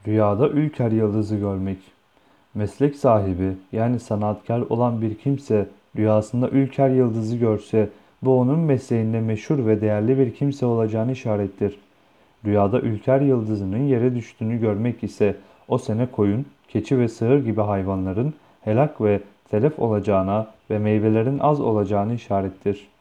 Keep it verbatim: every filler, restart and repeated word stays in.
Rüyada ülker yıldızı görmek. Meslek sahibi yani sanatkar olan bir kimse rüyasında ülker yıldızı görse bu onun mesleğinde meşhur ve değerli bir kimse olacağını işarettir. Rüyada ülker yıldızının yere düştüğünü görmek ise o sene koyun, keçi ve sığır gibi hayvanların helak ve telef olacağına ve meyvelerin az olacağını işarettir.